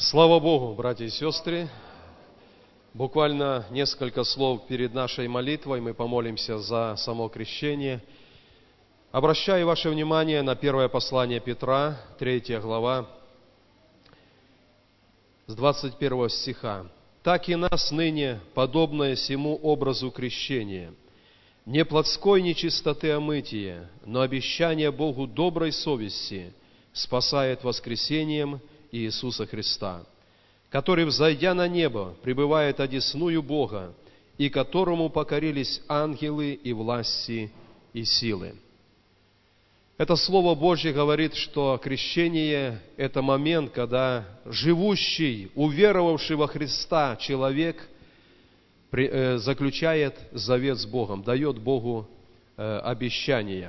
Слава Богу, братья и сестры! Буквально несколько слов перед нашей молитвой мы помолимся за само крещение. Обращаю ваше внимание на первое послание Петра, 3 глава, с 21 стиха. «Так и нас ныне, подобное сему образу крещения, не плотской нечистоты омытие, но обещание Богу доброй совести спасает воскресением Иисуса Христа, который, взойдя на небо, пребывает одесную Бога, и которому покорились ангелы и власти и силы». Это Слово Божье говорит, что крещение – это момент, когда живущий, уверовавший во Христа человек заключает завет с Богом, дает Богу обещание.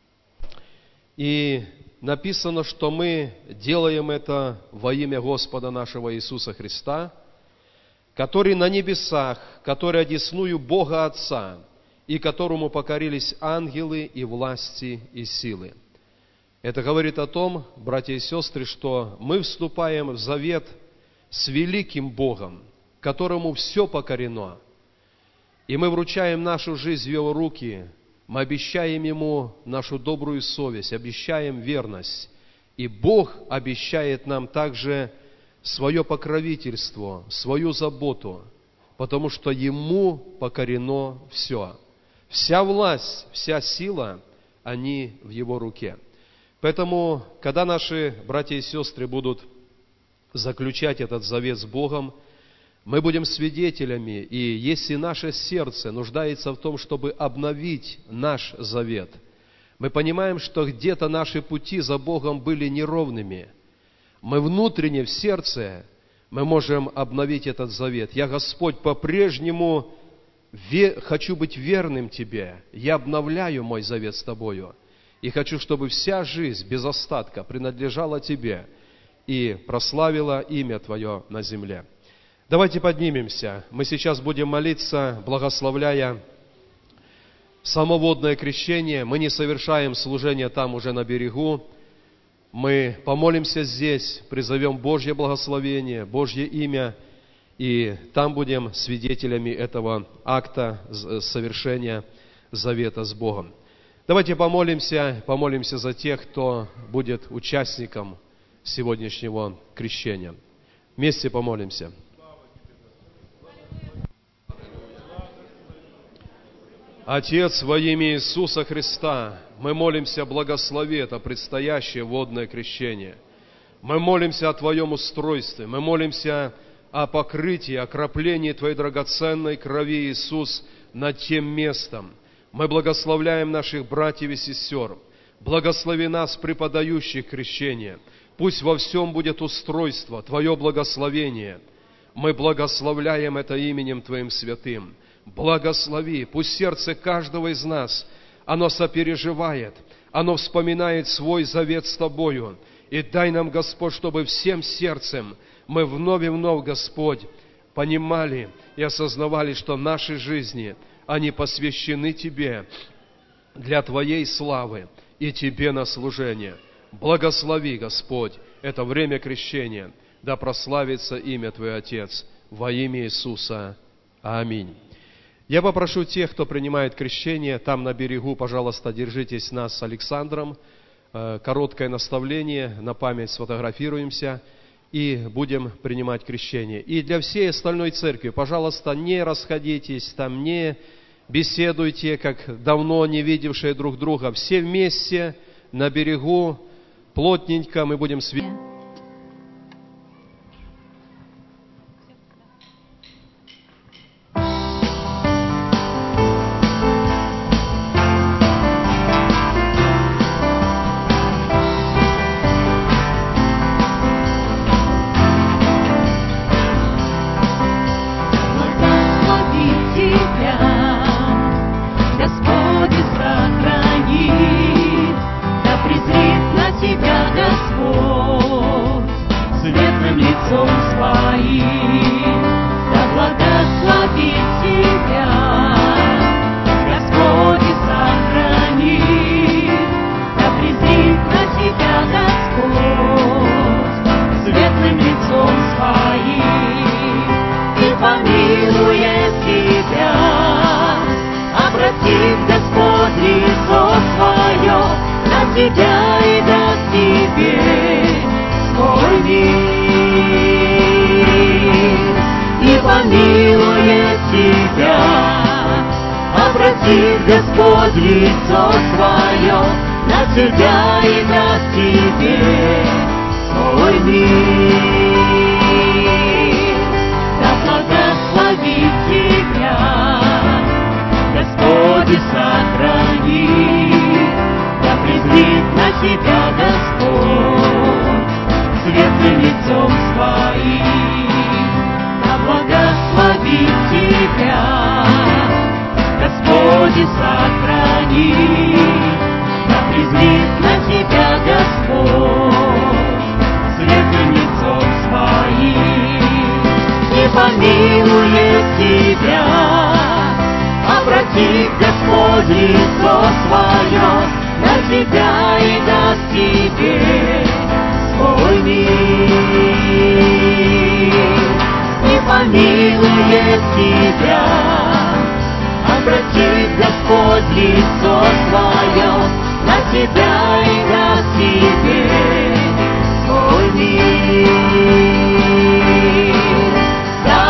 И написано, что мы делаем это во имя Господа нашего Иисуса Христа, который на небесах, который одесную Бога Отца, и которому покорились ангелы и власти и силы. Это говорит о том, братья и сестры, что мы вступаем в завет с великим Богом, которому все покорено, и мы вручаем нашу жизнь в Его руки. Мы обещаем Ему нашу добрую совесть, обещаем верность. И Бог обещает нам также свое покровительство, свою заботу, потому что Ему покорено все. Вся власть, вся сила, они в Его руке. Поэтому, когда наши братья и сестры будут заключать этот завет с Богом, мы будем свидетелями, и если наше сердце нуждается в том, чтобы обновить наш завет, мы понимаем, что где-то наши пути за Богом были неровными. Мы внутренне в сердце, мы можем обновить этот завет. Я, Господь, по-прежнему хочу быть верным Тебе. Я обновляю мой завет с Тобою. И хочу, чтобы вся жизнь без остатка принадлежала Тебе и прославила имя Твое на земле. Давайте поднимемся. Мы сейчас будем молиться, благословляя само водное крещение. Мы не совершаем служение там уже на берегу. Мы помолимся здесь, призовем Божье благословение, Божье имя, и там будем свидетелями этого акта совершения завета с Богом. Давайте помолимся за тех, кто будет участником сегодняшнего крещения. Вместе помолимся. Отец, во имя Иисуса Христа, мы молимся, благослови это предстоящее водное крещение. Мы молимся о Твоем устройстве, мы молимся о покрытии, окроплении Твоей драгоценной крови, Иисус, над тем местом. Мы благословляем наших братьев и сестер. Благослови нас, преподающих крещение. Пусть во всем будет устройство, Твое благословение. Мы благословляем это именем Твоим святым. Благослови, пусть сердце каждого из нас, оно сопереживает, оно вспоминает свой завет с Тобою. И дай нам, Господь, чтобы всем сердцем мы вновь и вновь, Господь, понимали и осознавали, что наши жизни, они посвящены Тебе для Твоей славы и Тебе на служение. Благослови, Господь, это время крещения, да прославится имя Твое, Отец, во имя Иисуса. Аминь. Я попрошу тех, кто принимает крещение, там на берегу, пожалуйста, держитесь нас с Александром. Короткое наставление, на память сфотографируемся и будем принимать крещение. И для всей остальной церкви, пожалуйста, не расходитесь, там не беседуйте, как давно не видевшие друг друга. Все вместе на берегу, плотненько мы будем свидетельствовать. Тебя Господь. Господь лицо свое на тебя и даст тебе свой мир. Да благословит тебя Господь и сохранит, да презрит на тебя Господь светлым лицом своим. Да благословит тебя Господь и сохранит, да презрит на тебя Господь светлым лицом своим. И помилует тебя, обратит Господь лицо свое на тебя и даст тебе свой мир. И помилует тебя, обратит Господь лицо свое на тебя и даст тебе свой мир. Да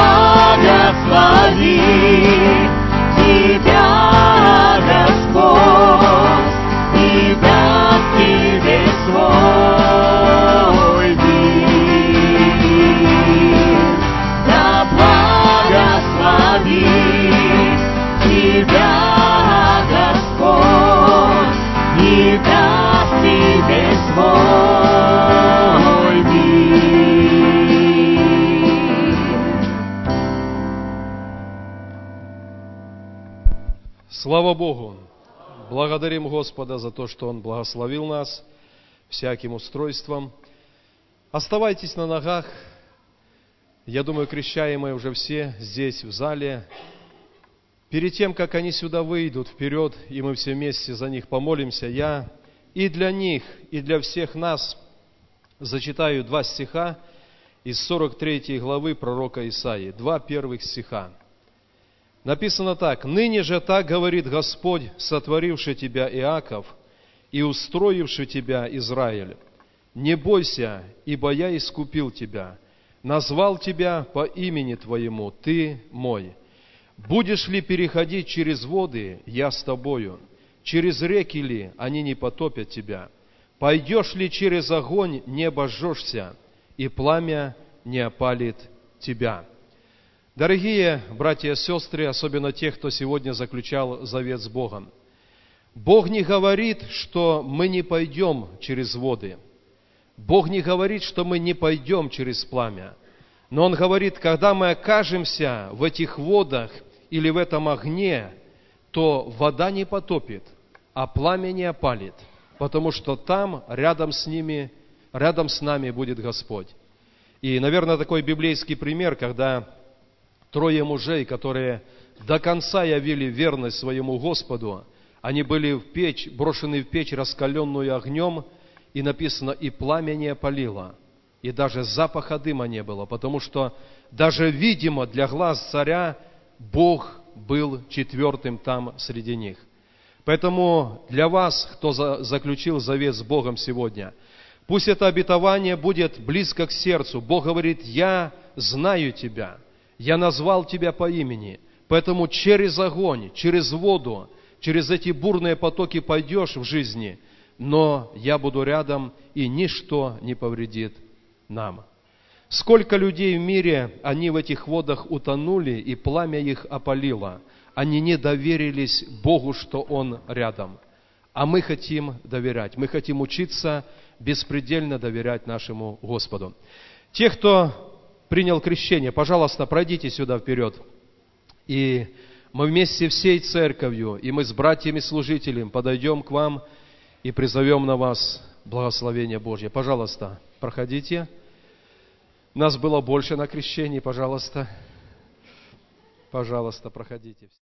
благословит тебя Господь и даст тебе свой мир. Да благословит тебя Господь и даст тебе свой мир. Слава Богу! Благодарим Господа за то, что Он благословил нас всяким устройством. Оставайтесь на ногах. Я думаю, крещаемые уже все здесь, в зале. Перед тем, как они сюда выйдут вперед, и мы все вместе за них помолимся, я и для них, и для всех нас зачитаю 2 стиха из 43 главы пророка Исаии. 2 первых стиха. Написано так: «Ныне же так говорит Господь, сотворивший тебя, Иаков, и устроивший тебя, Израиль. Не бойся, ибо я искупил тебя, назвал тебя по имени твоему, ты мой. Будешь ли переходить через воды, я с тобою, через реки ли, они не потопят тебя. Пойдешь ли через огонь, не обожжешься, и пламя не опалит тебя». Дорогие братья и сестры, особенно те, кто сегодня заключал завет с Богом, Бог не говорит, что мы не пойдем через воды. Бог не говорит, что мы не пойдем через пламя. Но Он говорит, когда мы окажемся в этих водах или в этом огне, то вода не потопит, а пламя не опалит, потому что там рядом с ними, рядом с нами будет Господь. И, наверное, такой библейский пример, когда 3 мужей, которые до конца явили верность своему Господу, они были брошены в печь, раскаленную огнем, и написано, и пламя не опалило, и даже запаха дыма не было, потому что даже видимо для глаз царя Бог был 4-м там среди них. Поэтому для вас, кто заключил завет с Богом сегодня, пусть это обетование будет близко к сердцу. Бог говорит, я знаю тебя, я назвал тебя по имени, поэтому через огонь, через воду, через эти бурные потоки пойдешь в жизни, но я буду рядом, и ничто не повредит нам. Сколько людей в мире, они в этих водах утонули, и пламя их опалило. Они не доверились Богу, что Он рядом. А мы хотим доверять, мы хотим учиться беспредельно доверять нашему Господу. Те, кто принял крещение, пожалуйста, пройдите сюда вперед. И мы вместе всей церковью, и мы с братьями-служителями подойдем к вам и призовем на вас благословение Божье. Пожалуйста, проходите. Нас было больше на крещении, пожалуйста. Пожалуйста, проходите.